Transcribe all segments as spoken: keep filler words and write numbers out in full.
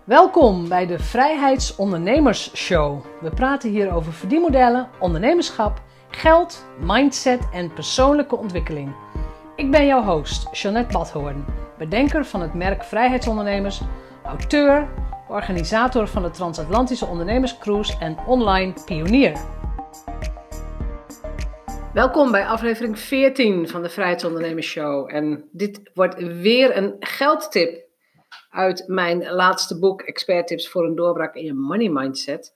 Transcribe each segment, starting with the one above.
Welkom bij de Vrijheidsondernemers Show. We praten hier over verdienmodellen, ondernemerschap, geld, mindset en persoonlijke ontwikkeling. Ik ben jouw host, Jeanette Badhoorn, bedenker van het merk Vrijheidsondernemers, auteur, organisator van de Transatlantische Ondernemerscruise en online pionier. Welkom bij aflevering veertien van de Vrijheidsondernemers Show. En dit wordt weer een geldtip uit mijn laatste boek, Expert Tips voor een doorbraak in je money mindset.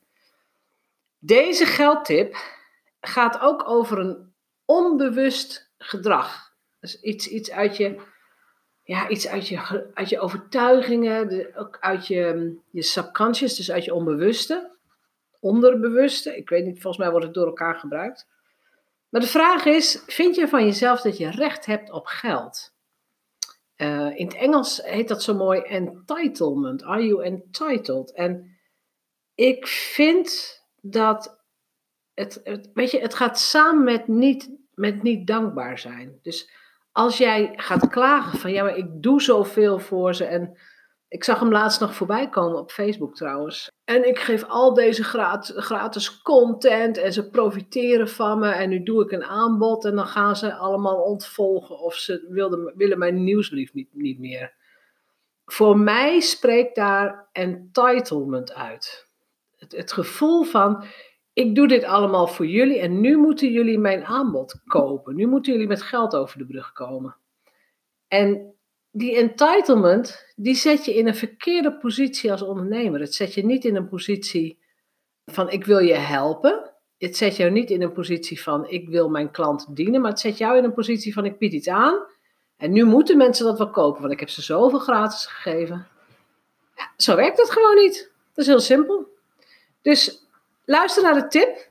Deze geldtip gaat ook over een onbewust gedrag. Dus iets, iets uit je, ja, iets uit je, uit je overtuigingen, de, ook uit je, je subconscious, dus uit je onbewuste, onderbewuste. Ik weet niet, volgens mij wordt het door elkaar gebruikt. Maar de vraag is, vind je van jezelf dat je recht hebt op geld? Uh, in het Engels heet dat zo mooi entitlement. Are you entitled? En ik vind dat het, het, weet je, het gaat samen met niet, met niet dankbaar zijn. Dus als jij gaat klagen van ja, maar ik doe zoveel voor ze en ik zag hem laatst nog voorbij komen op Facebook trouwens. En ik geef al deze gratis, gratis content en ze profiteren van me. En nu doe ik een aanbod en dan gaan ze allemaal ontvolgen of ze wilden, willen mijn nieuwsbrief niet, niet meer. Voor mij spreekt daar entitlement uit. Het, het gevoel van, ik doe dit allemaal voor jullie en nu moeten jullie mijn aanbod kopen. Nu moeten jullie met geld over de brug komen. En die entitlement, die zet je in een verkeerde positie als ondernemer. Het zet je niet in een positie van ik wil je helpen. Het zet jou niet in een positie van ik wil mijn klant dienen. Maar het zet jou in een positie van ik bied iets aan. En nu moeten mensen dat wel kopen, want ik heb ze zoveel gratis gegeven. Ja, zo werkt het gewoon niet. Dat is heel simpel. Dus luister naar de tip.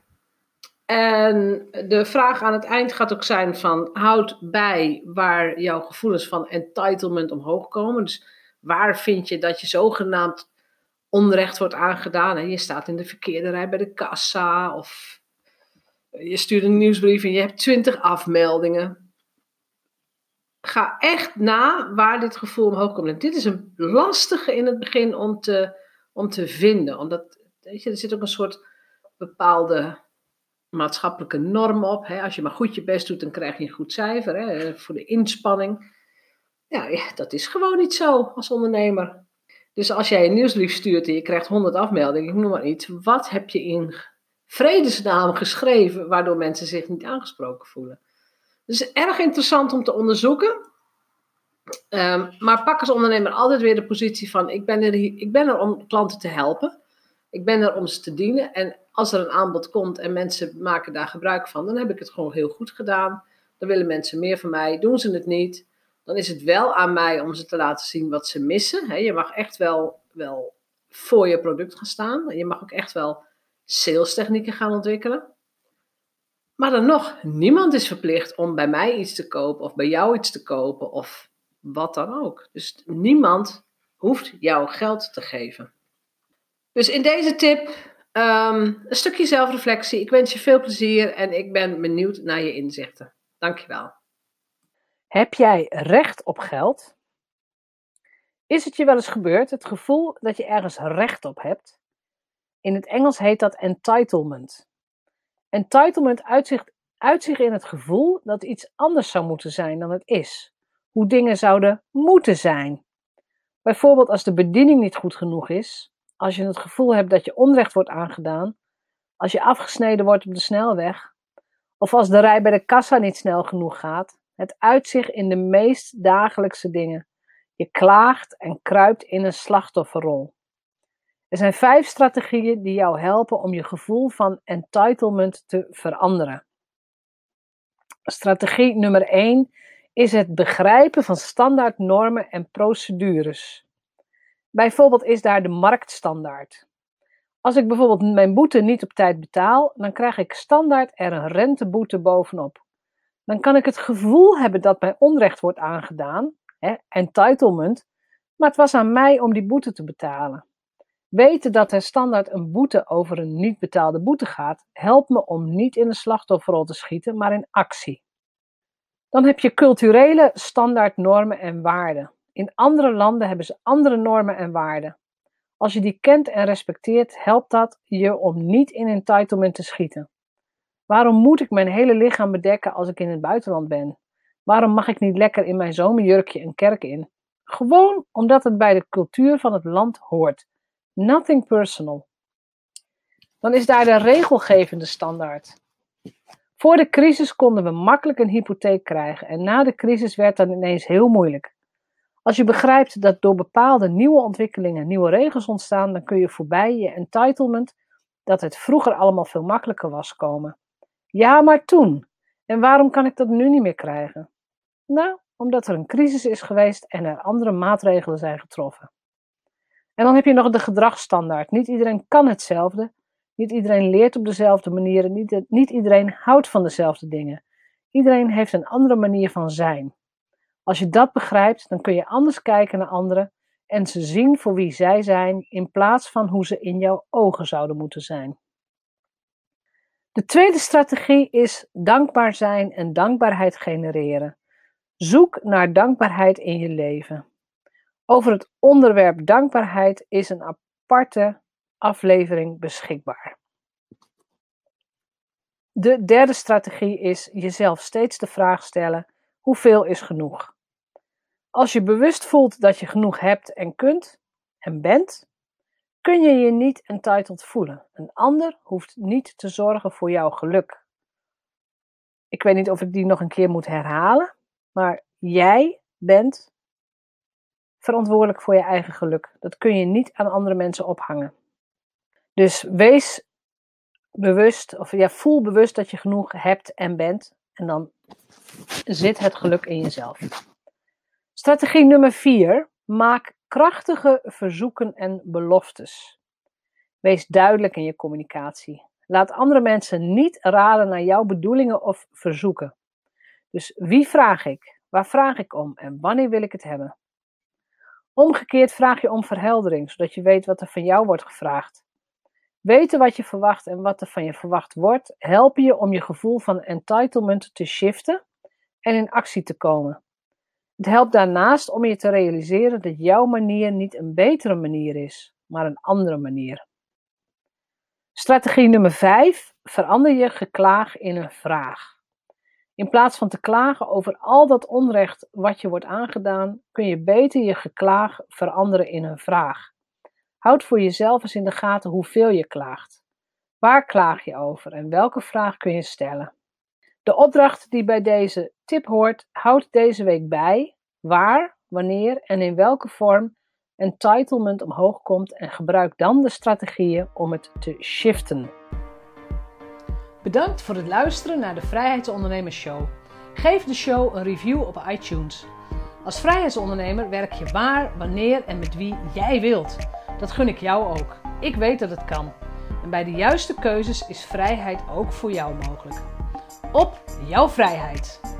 En de vraag aan het eind gaat ook zijn van, houd bij waar jouw gevoelens van entitlement omhoog komen. Dus waar vind je dat je zogenaamd onrecht wordt aangedaan? Hè? Je staat in de verkeerde rij bij de kassa of je stuurt een nieuwsbrief en je hebt twintig afmeldingen. Ga echt na waar dit gevoel omhoog komt. En dit is een lastige in het begin om te, om te vinden. Omdat, weet je, er zit ook een soort bepaalde maatschappelijke norm op. Hè? Als je maar goed je best doet, dan krijg je een goed cijfer. Hè? Voor de inspanning. Ja, ja, dat is gewoon niet zo als ondernemer. Dus als jij een nieuwsbrief stuurt en je krijgt honderd afmeldingen, ik noem maar iets. Wat heb je in vredesnaam geschreven, waardoor mensen zich niet aangesproken voelen? Dus erg interessant om te onderzoeken. Um, maar pak als ondernemer altijd weer de positie van, ik ben er, ik ben er om klanten te helpen. Ik ben er om ze te dienen en als er een aanbod komt en mensen maken daar gebruik van, dan heb ik het gewoon heel goed gedaan. Dan willen mensen meer van mij. Doen ze het niet, dan is het wel aan mij om ze te laten zien wat ze missen. Je mag echt wel, wel voor je product gaan staan. Je mag ook echt wel sales technieken gaan ontwikkelen. Maar dan nog, niemand is verplicht om bij mij iets te kopen of bij jou iets te kopen of wat dan ook. Dus niemand hoeft jou geld te geven. Dus in deze tip um, een stukje zelfreflectie. Ik wens je veel plezier en ik ben benieuwd naar je inzichten. Dankjewel. Heb jij recht op geld? Is het je wel eens gebeurd, het gevoel dat je ergens recht op hebt? In het Engels heet dat entitlement. Entitlement uitzicht, uitzicht in het gevoel dat iets anders zou moeten zijn dan het is. Hoe dingen zouden moeten zijn. Bijvoorbeeld als de bediening niet goed genoeg is. Als je het gevoel hebt dat je onrecht wordt aangedaan, als je afgesneden wordt op de snelweg, of als de rij bij de kassa niet snel genoeg gaat, het uitzicht in de meest dagelijkse dingen. Je klaagt en kruipt in een slachtofferrol. Er zijn vijf strategieën die jou helpen om je gevoel van entitlement te veranderen. Strategie nummer één is het begrijpen van standaard normen en procedures. Bijvoorbeeld is daar de marktstandaard. Als ik bijvoorbeeld mijn boete niet op tijd betaal, dan krijg ik standaard er een renteboete bovenop. Dan kan ik het gevoel hebben dat mij onrecht wordt aangedaan, hè, entitlement, maar het was aan mij om die boete te betalen. Weten dat er standaard een boete over een niet betaalde boete gaat, helpt me om niet in de slachtofferrol te schieten, maar in actie. Dan heb je culturele standaard normen en waarden. In andere landen hebben ze andere normen en waarden. Als je die kent en respecteert, helpt dat je om niet in entitlement te schieten. Waarom moet ik mijn hele lichaam bedekken als ik in het buitenland ben? Waarom mag ik niet lekker in mijn zomerjurkje een kerk in? Gewoon omdat het bij de cultuur van het land hoort. Nothing personal. Dan is daar de regelgevende standaard. Voor de crisis konden we makkelijk een hypotheek krijgen en na de crisis werd dat ineens heel moeilijk. Als je begrijpt dat door bepaalde nieuwe ontwikkelingen nieuwe regels ontstaan, dan kun je voorbij je entitlement dat het vroeger allemaal veel makkelijker was komen. Ja, maar toen. En waarom kan ik dat nu niet meer krijgen? Nou, omdat er een crisis is geweest en er andere maatregelen zijn getroffen. En dan heb je nog de gedragsstandaard. Niet iedereen kan hetzelfde. Niet iedereen leert op dezelfde manier. Niet, niet iedereen houdt van dezelfde dingen. Iedereen heeft een andere manier van zijn. Als je dat begrijpt, dan kun je anders kijken naar anderen en ze zien voor wie zij zijn, in plaats van hoe ze in jouw ogen zouden moeten zijn. De tweede strategie is dankbaar zijn en dankbaarheid genereren. Zoek naar dankbaarheid in je leven. Over het onderwerp dankbaarheid is een aparte aflevering beschikbaar. De derde strategie is jezelf steeds de vraag stellen: hoeveel is genoeg? Als je bewust voelt dat je genoeg hebt en kunt en bent, kun je je niet entitled voelen. Een ander hoeft niet te zorgen voor jouw geluk. Ik weet niet of ik die nog een keer moet herhalen, maar jij bent verantwoordelijk voor je eigen geluk. Dat kun je niet aan andere mensen ophangen. Dus wees bewust, of ja, voel bewust dat je genoeg hebt en bent. En dan zit het geluk in jezelf. Strategie nummer vier. Maak krachtige verzoeken en beloftes. Wees duidelijk in je communicatie. Laat andere mensen niet raden naar jouw bedoelingen of verzoeken. Dus wie vraag ik? Waar vraag ik om? En wanneer wil ik het hebben? Omgekeerd vraag je om verheldering, zodat je weet wat er van jou wordt gevraagd. Weten wat je verwacht en wat er van je verwacht wordt, helpen je om je gevoel van entitlement te shiften en in actie te komen. Het helpt daarnaast om je te realiseren dat jouw manier niet een betere manier is, maar een andere manier. Strategie nummer vijf. Verander je geklaag in een vraag. In plaats van te klagen over al dat onrecht wat je wordt aangedaan, kun je beter je geklaag veranderen in een vraag. Houd voor jezelf eens in de gaten hoeveel je klaagt. Waar klaag je over en welke vraag kun je stellen? De opdracht die bij deze tip hoort, houd deze week bij waar, wanneer en in welke vorm entitlement omhoog komt en gebruik dan de strategieën om het te shiften. Bedankt voor het luisteren naar de Vrijheidsondernemers Show. Geef de show een review op iTunes. Als vrijheidsondernemer werk je waar, wanneer en met wie jij wilt. Dat gun ik jou ook. Ik weet dat het kan. En bij de juiste keuzes is vrijheid ook voor jou mogelijk. Op jouw vrijheid!